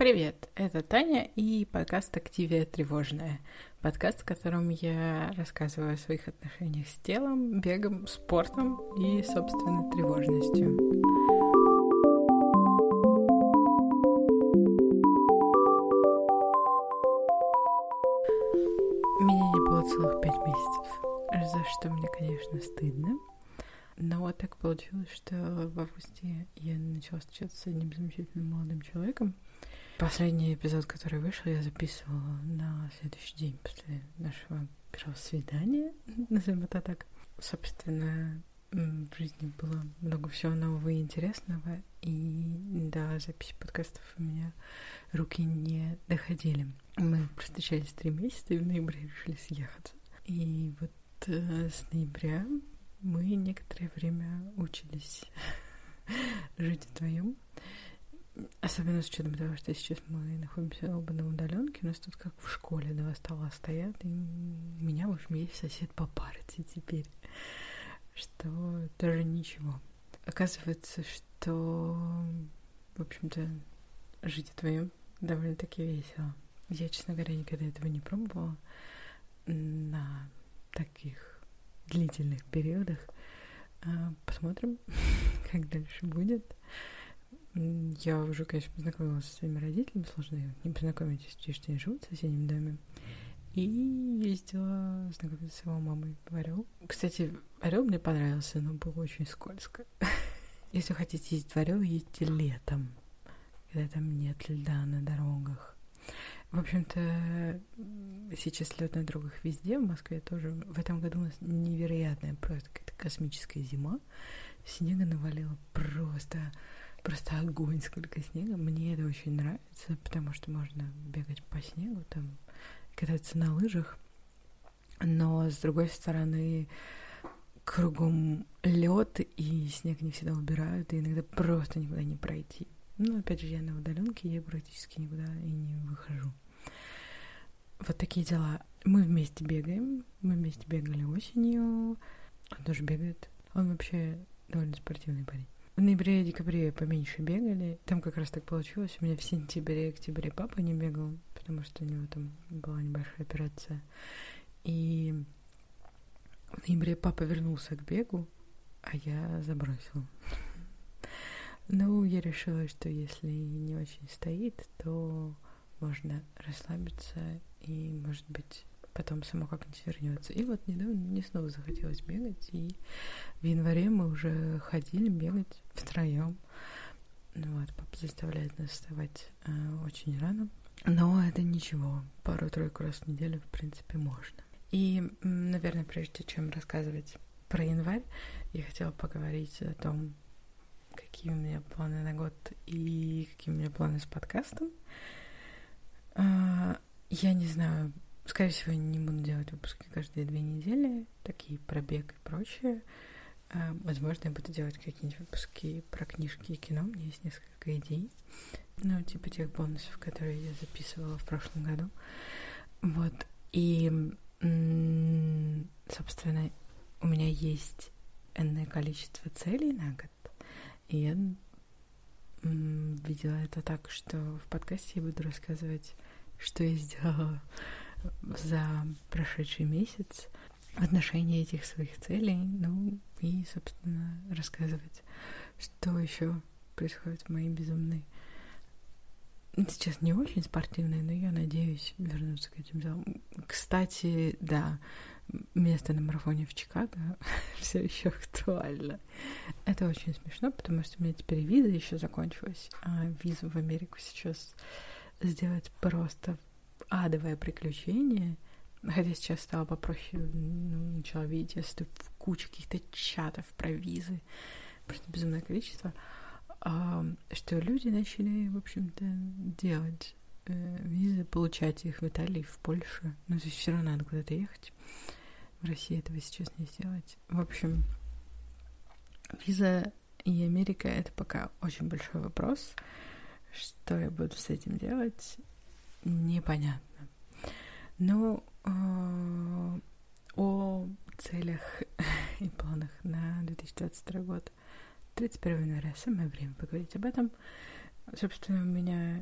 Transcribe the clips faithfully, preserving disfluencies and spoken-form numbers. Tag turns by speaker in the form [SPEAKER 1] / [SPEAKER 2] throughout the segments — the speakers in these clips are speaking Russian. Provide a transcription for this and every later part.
[SPEAKER 1] Привет, это Таня и подкаст «Активия тревожная». Подкаст, в котором я рассказываю о своих отношениях с телом, бегом, спортом и, собственно, тревожностью. Меня не было целых пять месяцев, за что мне, конечно, стыдно. Но вот так получилось, что в августе я начала встречаться с одним замечательным молодым человеком. Последний эпизод, который вышел, я записывала на следующий день после нашего первого свидания, назовем это так. Собственно, в жизни было много всего нового и интересного, и до записи подкастов у меня руки не доходили. Мы встречались три месяца, и в ноябре решили съехаться. И вот э, с ноября мы некоторое время учились жить вдвоем. Особенно с учетом того, что сейчас мы находимся оба на удаленке, у нас тут как в школе два стола стоят, и у меня, в общем, есть сосед по парте теперь, что тоже ничего. Оказывается, что, в общем-то, жить вдвоем довольно-таки весело. Я, честно говоря, никогда этого не пробовала на таких длительных периодах. Посмотрим, как дальше будет. Я уже, конечно, познакомилась со своими родителями, сложно не познакомить, если что они живут в соседнем доме. И ездила знакомиться с его мамой в Орел. Кстати, Орел мне понравился, но было очень скользко. Если хотите ездить в Орел, ездите летом, когда там нет льда на дорогах. В общем-то, сейчас лед на дорогах везде, в Москве тоже. В этом году у нас невероятная просто какая-то космическая зима. Снега навалило просто... Просто огонь, сколько снега. Мне это очень нравится, потому что можно бегать по снегу, там, кататься на лыжах. Но, с другой стороны, кругом лед и снег не всегда убирают, и иногда просто никуда не пройти. Ну, опять же, я на удаленке, я практически никуда и не выхожу. Вот такие дела. Мы вместе бегаем. Мы вместе бегали осенью. Он тоже бегает. Он вообще довольно спортивный парень. В ноябре и декабре поменьше бегали. Там как раз так получилось. У меня в сентябре и октябре папа не бегал, потому что у него там была небольшая операция. И в ноябре папа вернулся к бегу, а я забросила. Ну, я решила, что если не очень стоит, то можно расслабиться и, может быть, потом само как-нибудь вернется. И вот недавно мне снова захотелось бегать, и в январе мы уже ходили бегать втроем. Вот, папа заставляет нас вставать э, очень рано, но это ничего, пару-тройку раз в неделю, в принципе, можно. И, наверное, прежде чем рассказывать про январь, я хотела поговорить о том, какие у меня планы на год и какие у меня планы с подкастом. Э, я не знаю, скорее всего, я не буду делать выпуски каждые две недели, такие про бег и прочее. Возможно, я буду делать какие-нибудь выпуски про книжки и кино. У меня есть несколько идей. Ну, типа тех бонусов, которые я записывала в прошлом году. Вот. И, собственно, у меня есть энное количество целей на год. И я видела это так, что в подкасте я буду рассказывать, что я сделала за прошедший месяц в отношении этих своих целей, ну и, собственно, рассказывать, что еще происходит в моей безумной, сейчас не очень спортивной, но я надеюсь вернуться к этим делам. Кстати, да, место на марафоне в Чикаго все еще актуально. Это очень смешно, потому что у меня теперь виза еще закончилась, а визу в Америку сейчас сделать просто адовое приключение. Хотя сейчас стало попроще, ну, начала видеть, я стою в куче каких-то чатов про визы, просто безумное количество, а, что люди начали, в общем-то, делать э, визы, получать их в Италии, в Польше. Ну, то есть все равно надо куда-то ехать. В России этого сейчас не сделать. В общем, виза и Америка — это пока очень большой вопрос. Что я буду с этим делать, непонятно. Но э, о целях и планах на две тысячи двадцать второй год, тридцать первого января, самое время поговорить об этом. Собственно, у меня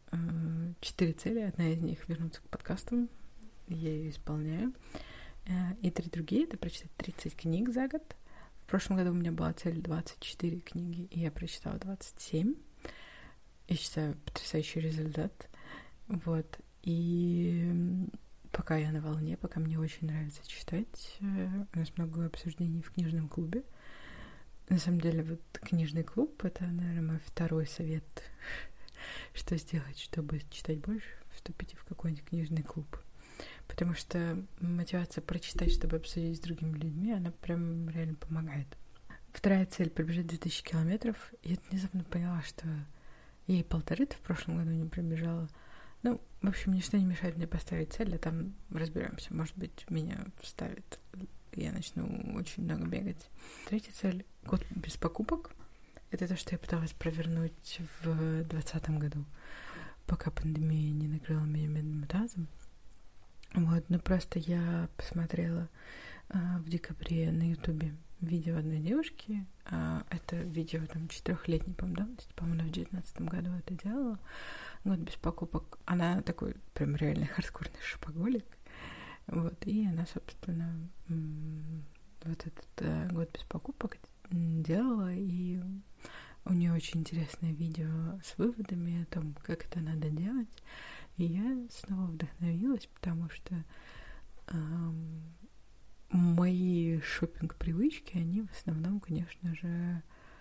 [SPEAKER 1] четыре цели. Одна из них — вернуться к подкастам. Я ее исполняю. И три другие — это прочитать тридцать книг за год. В прошлом году у меня была цель двадцать четыре книги, и я прочитала двадцать семь. Я считаю, потрясающий результат. Вот. И пока я на волне, пока мне очень нравится читать. У нас много обсуждений в книжном клубе. На самом деле, вот книжный клуб — это, наверное, мой второй совет. Что сделать, чтобы читать больше? Вступите в какой-нибудь книжный клуб. Потому что мотивация прочитать, чтобы обсудить с другими людьми, она прям реально помогает. Вторая цель — пробежать две тысячи километров. Я внезапно поняла, что я и полторы-то в прошлом году не пробежала. Ну, в общем, ничто не мешает мне поставить цель, а там разберемся. Может быть, меня вставит, я начну очень много бегать. Третья цель — год без покупок. Это то, что я пыталась провернуть в двадцатом году, пока пандемия не накрыла меня медным тазом. Вот, ну просто я посмотрела а, в декабре на Ютубе видео одной девушки. А, это видео там четырехлетней, по-моему, давности, по-моему, она в девятнадцатом году это делала. Год без покупок. Она такой прям реально хардкорный шопоголик. Вот, и она, собственно, вот этот а, год без покупок делала, и у нее очень интересное видео с выводами о том, как это надо делать. И я снова вдохновилась, потому что эм, мои шопинг-привычки, они в основном, конечно же,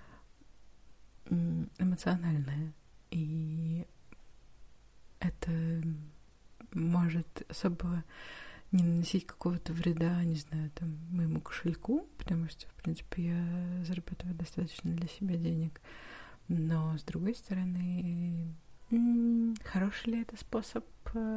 [SPEAKER 1] эмоциональные. И это может особо не наносить какого-то вреда, не знаю, там, моему кошельку, потому что, в принципе, я зарабатываю достаточно для себя денег. Но, с другой стороны, м-м, хороший ли это способ,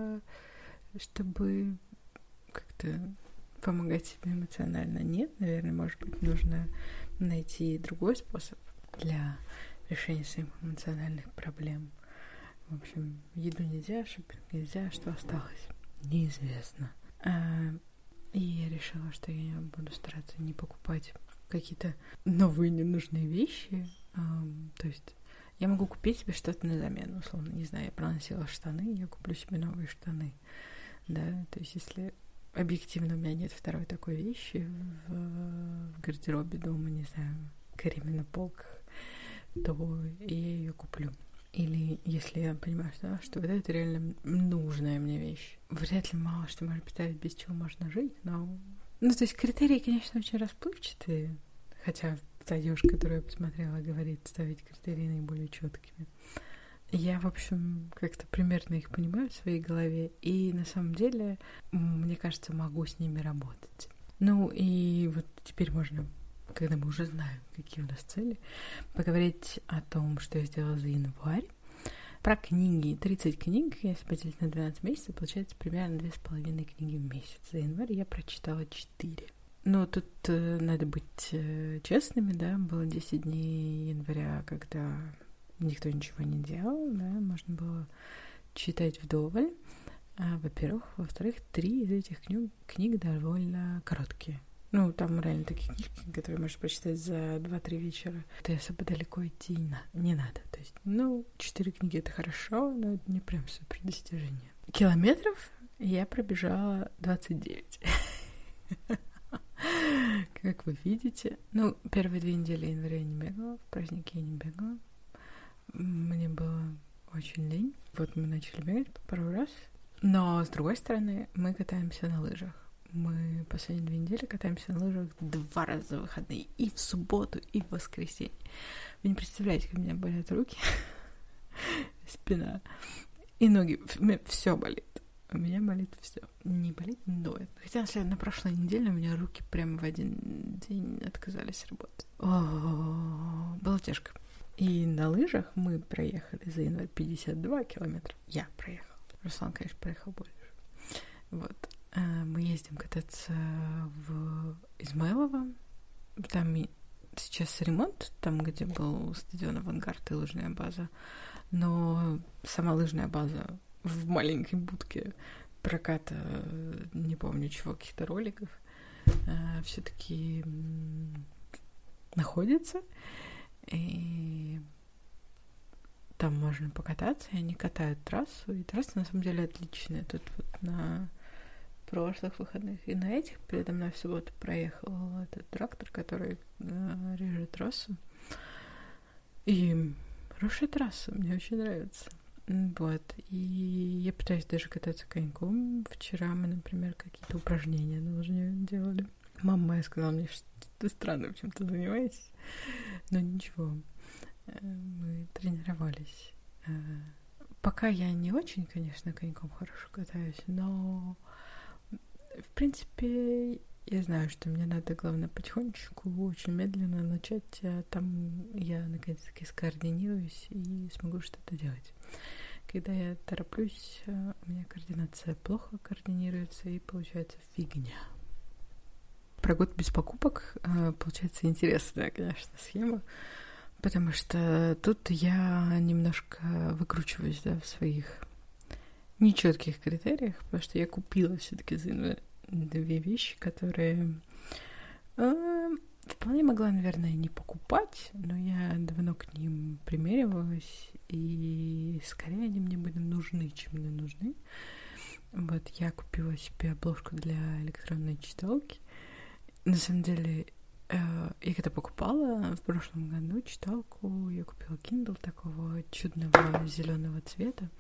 [SPEAKER 1] чтобы как-то помогать себе эмоционально? Нет, наверное, может быть, нужно найти другой способ для решения своих эмоциональных проблем. В общем, еду нельзя, шопинг нельзя, что осталось? Неизвестно. А, и я решила, что я буду стараться не покупать какие-то новые ненужные вещи. А, то есть я могу купить себе что-то на замену, условно. Не знаю, я проносила штаны, я куплю себе новые штаны. Да, то есть если объективно у меня нет второй такой вещи в, в гардеробе дома, не знаю, креми на полках, то я ее куплю. Или если я понимаю, что, что вот это реально нужная мне вещь. Вряд ли мало что можно представить, без чего можно жить, но... Ну, то есть критерии, конечно, очень расплывчатые, хотя та девушка, которую я посмотрела, говорит ставить критерии наиболее четкими. Я, в общем, как-то примерно их понимаю в своей голове, и на самом деле, мне кажется, могу с ними работать. Ну, и вот теперь можно, когда мы уже знаем, какие у нас цели, поговорить о том, что я сделала за январь. Про книги. тридцать книг, если поделить на двенадцать месяцев, получается примерно две с половиной книги в месяц. За январь я прочитала четыре. Но тут э, надо быть э, честными, да, было десять дней января, когда никто ничего не делал, да, можно было читать вдоволь, а, во-первых. Во-вторых, три из этих книг, книг довольно короткие. Ну, там реально такие книжки, которые можешь прочитать за два-три вечера. Ты особо далеко идти на, не надо. То есть, ну, четыре книги — это хорошо, но это не прям супер достижение. Километров я пробежала двадцать девять. Как вы видите. Ну, первые две недели января я не бегала, в праздники я не бегала. Мне было очень лень. Вот мы начали бегать по пару раз. Но, с другой стороны, мы катаемся на лыжах. Мы последние две недели катаемся на лыжах два раза в выходные. И в субботу, и в воскресенье. Вы не представляете, как у меня болят руки, спина и ноги. Все болит. У меня болит все. Не болит, но ноет. Хотя на прошлой неделе у меня руки прямо в один день отказались работать. О, было тяжко. И на лыжах мы проехали за январь пятьдесят два километра. Я проехала. Руслан, конечно, проехал больше. Вот. Мы ездим кататься в Измайлово. Там сейчас ремонт, там, где был стадион «Авангард» и лыжная база. Но сама лыжная база в маленькой будке проката, не помню чего, каких-то роликов, все-таки находится. И там можно покататься, и они катают трассу, и трасса на самом деле отличная. Тут вот на прошлых выходных и на этих передо мной в субботу проехал этот трактор, который э, режет трассу. И хорошая трасса, мне очень нравится. Вот. И я пытаюсь даже кататься коньком. Вчера мы, например, какие-то упражнения на лыжне делали. Мама моя сказала мне, что ты странным чем-то занимаетесь. Но ничего. Мы тренировались. Пока я не очень, конечно, коньком хорошо катаюсь, но в принципе я знаю, что мне надо, главное, потихонечку, очень медленно начать, а там я наконец-таки скоординируюсь и смогу что-то делать. Когда я тороплюсь, у меня координация плохо координируется и получается фигня. Про год без покупок получается интересная, конечно, схема, потому что тут я немножко выкручиваюсь, да, в своих нечетких критериях, потому что я купила все-таки за две вещи, которые э, вполне могла, наверное, не покупать, но я давно к ним примеривалась, и скорее они мне были нужны, чем не нужны. Вот я купила себе обложку для электронной читалки. На самом деле, э, я когда покупала в прошлом году читалку, я купила Kindle такого чудного зеленого цвета.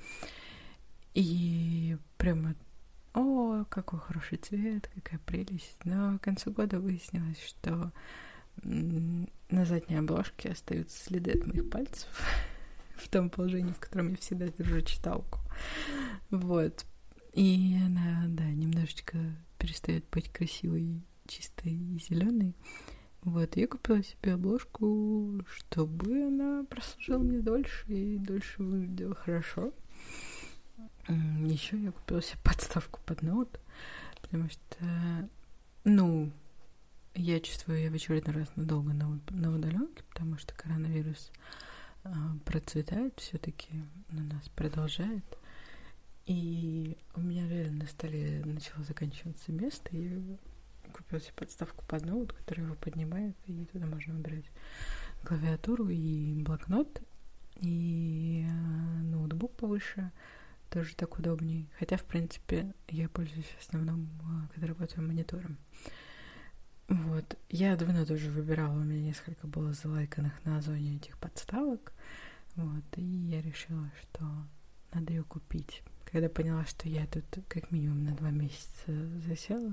[SPEAKER 1] И прямо, о, какой хороший цвет, какая прелесть. Но к концу года выяснилось, что на задней обложке остаются следы от моих пальцев в том положении, в котором я всегда держу читалку. Вот. И она, да, немножечко перестает быть красивой, чистой и зеленой. Вот. Я купила себе обложку, чтобы она прослужила мне дольше и дольше выглядела хорошо. Еще я купила себе подставку под ноут, потому что, ну, я чувствую, я в очередной раз надолго на, на удаленке, потому что коронавирус а, процветает все-таки, у нас продолжает. И у меня реально на столе начало заканчиваться место, и я купила себе подставку под ноут, которая его поднимает, и туда можно выбирать клавиатуру и блокнот, и а, ноутбук повыше. Тоже так удобнее. Хотя, в принципе, я пользуюсь в основном, когда работаю монитором. Вот. Я давно тоже выбирала, у меня несколько было залайканных на Озоне этих подставок. Вот. И я решила, что надо ее купить. Когда поняла, что я тут как минимум на два месяца засела,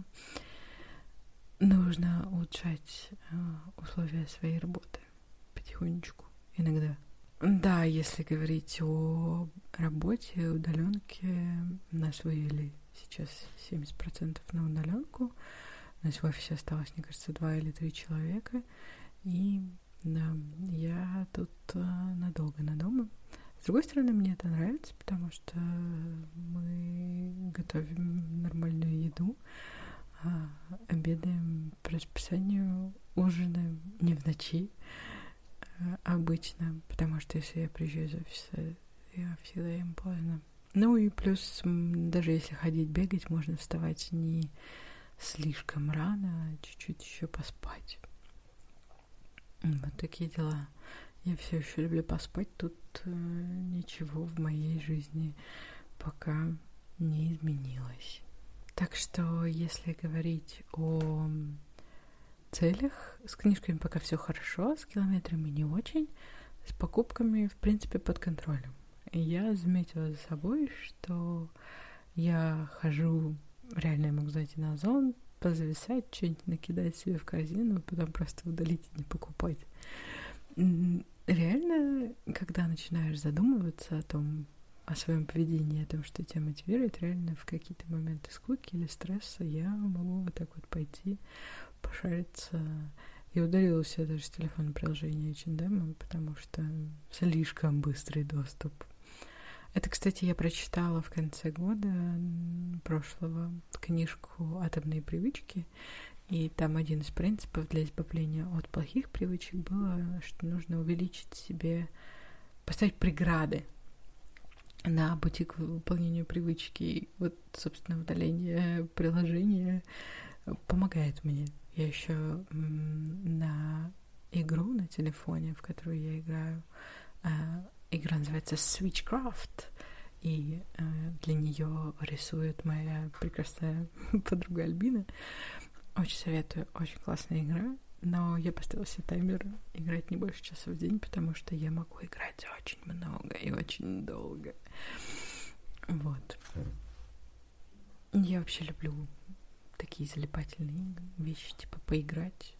[SPEAKER 1] нужно улучшать условия своей работы потихонечку, иногда. Да, если говорить о работе, удаленке, нас вывели сейчас семьдесят процентов на удаленку. У нас в офисе осталось, мне кажется, два или три человека. И да, я тут надолго на дома. С другой стороны, мне это нравится, потому что мы готовим нормальную еду, обедаем по расписанию, ужинаем не в ночи. Обычно, потому что если я приезжаю из офиса, я всегда ем поздно. Ну и плюс, даже если ходить бегать, можно вставать не слишком рано, а чуть-чуть еще поспать. Вот такие дела. Я все еще люблю поспать. Тут э, ничего в моей жизни пока не изменилось. Так что, если говорить о целях, с книжками пока все хорошо, с километрами не очень, с покупками, в принципе, под контролем. И я заметила за собой, что я хожу, реально я могу зайти на Озон, позависать, что-нибудь накидать себе в корзину, потом просто удалить и не покупать. Реально, когда начинаешь задумываться о том, о своем поведении, о том, что тебя мотивирует, реально в какие-то моменты скуки или стресса я могу вот так вот пойти, пошариться. Я удалила все даже с телефона приложение эйч энд эм, потому что слишком быстрый доступ. Это, кстати, я прочитала в конце года прошлого книжку «Атомные привычки», и там один из принципов для избавления от плохих привычек было, что нужно увеличить себе, поставить преграды на пути к выполнению привычки. И вот, собственно, удаление приложения помогает мне. Я еще м- на игру на телефоне, в которую я играю, э, игра называется Switchcraft, и э, для нее рисует моя прекрасная подруга Альбина. Очень советую, очень классная игра, но я поставила себе таймер играть не больше часа в день, потому что я могу играть очень много и очень долго. Вот. Я вообще люблю такие залипательные вещи, типа поиграть.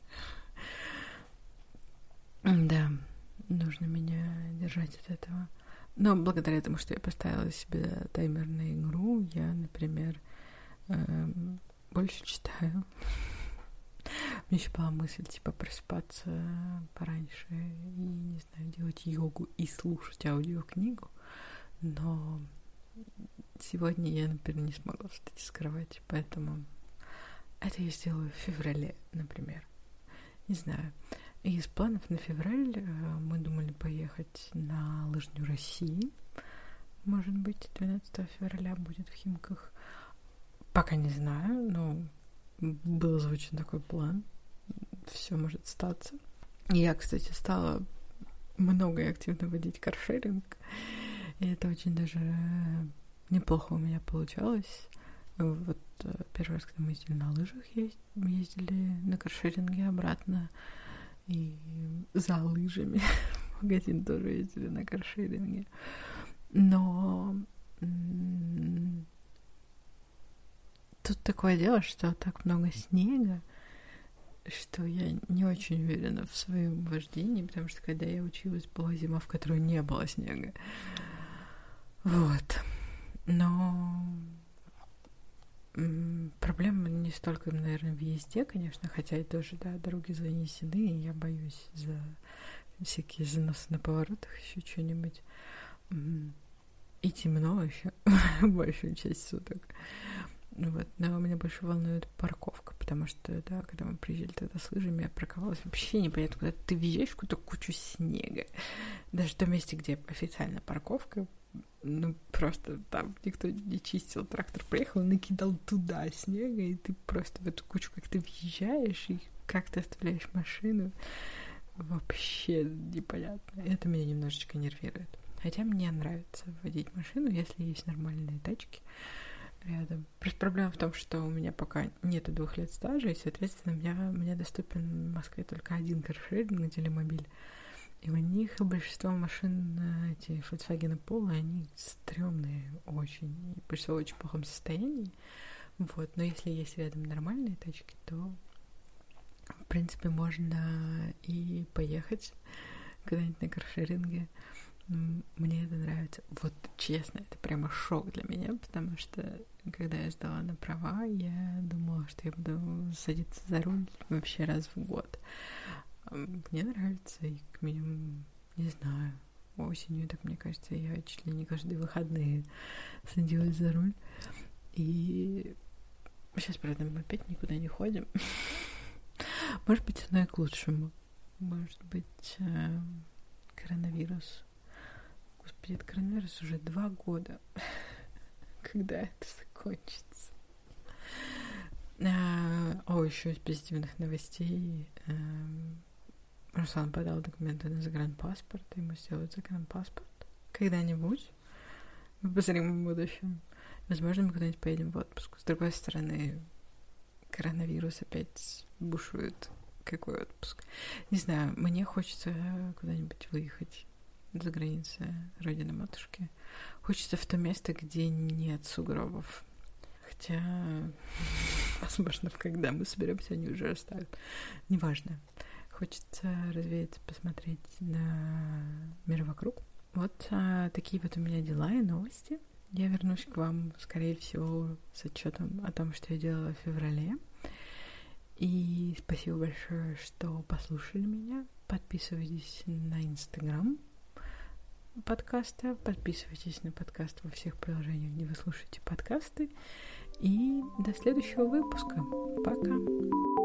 [SPEAKER 1] Да, нужно меня держать от этого. Но благодаря тому, что я поставила себе таймер на игру, я, например, эм, больше читаю. Мне еще была мысль, типа, просыпаться пораньше и, не знаю, делать йогу и слушать аудиокнигу. Но сегодня я, например, не смогла встать с кровати, поэтому это я сделаю в феврале, например. Не знаю. Из планов на февраль мы думали поехать на лыжню России. Может быть, двенадцатого февраля будет в Химках. Пока не знаю, но был озвучен такой план. Все может статься. Я, кстати, стала много и активно водить каршеринг. И это очень даже неплохо у меня получалось. Вот первый раз, когда мы ездили на лыжах, мы ездили на каршеринге обратно. И за лыжами в магазин тоже ездили на каршеринге. Но м- тут такое дело, что так много снега, что я не очень уверена в своем вождении, потому что когда я училась, была зима, в которой не было снега. Вот. Но проблема не столько, наверное, в езде, конечно, хотя и тоже, да, дороги занесены, и я боюсь за всякие заносы на поворотах, еще что-нибудь. И темно еще большую часть суток. Вот. Но меня больше волнует парковка, потому что, да, когда мы приезжали тогда с лыжами, я парковалась вообще непонятно, куда ты въезжаешь в какую-то кучу снега. Даже в том месте, где официально парковка, ну, просто там никто не чистил, трактор приехал, накидал туда снега, и ты просто в эту кучу как-то въезжаешь, и как ты оставляешь машину, вообще непонятно. Это меня немножечко нервирует. Хотя мне нравится водить машину, если есть нормальные тачки рядом. Просто проблема в том, что у меня пока нету двух лет стажа, и, соответственно, у меня, мне доступен в Москве только один каршеринг, телемобиль. И у них большинство машин, эти Volkswagen Polo, они стрёмные очень, и большинство в очень плохом состоянии. Вот, но если есть рядом нормальные тачки, то, в принципе, можно и поехать куда-нибудь на каршеринге. Мне это нравится. Вот, честно, это прямо шок для меня, потому что, когда я сдала на права, я думала, что я буду садиться за руль вообще раз в год. Мне нравится, и к минимум, не знаю, осенью, так мне кажется, я чуть ли не каждые выходные садилась за руль. И сейчас, правда, мы опять никуда не ходим. Может быть, оно и к лучшему. Может быть, коронавирус. Господи, это коронавирус уже два года. Когда это закончится? О, еще из позитивных новостей. Руслан подал документы на загранпаспорт, ему сделают загранпаспорт когда-нибудь в обозримом будущем. Возможно, мы куда-нибудь поедем в отпуск. С другой стороны, коронавирус опять бушует. Какой отпуск? Не знаю, мне хочется куда-нибудь выехать за границей родины матушки. Хочется в то место, где нет сугробов. Хотя, возможно, когда мы соберемся, они уже растают. Неважно. Хочется развеяться, посмотреть на мир вокруг. Вот а, такие вот у меня дела и новости. Я вернусь к вам, скорее всего, с отчетом о том, что я делала в феврале. И спасибо большое, что послушали меня. Подписывайтесь на Инстаграм подкаста, подписывайтесь на подкаст во всех приложениях, где вы слушаете подкасты. И до следующего выпуска. Пока!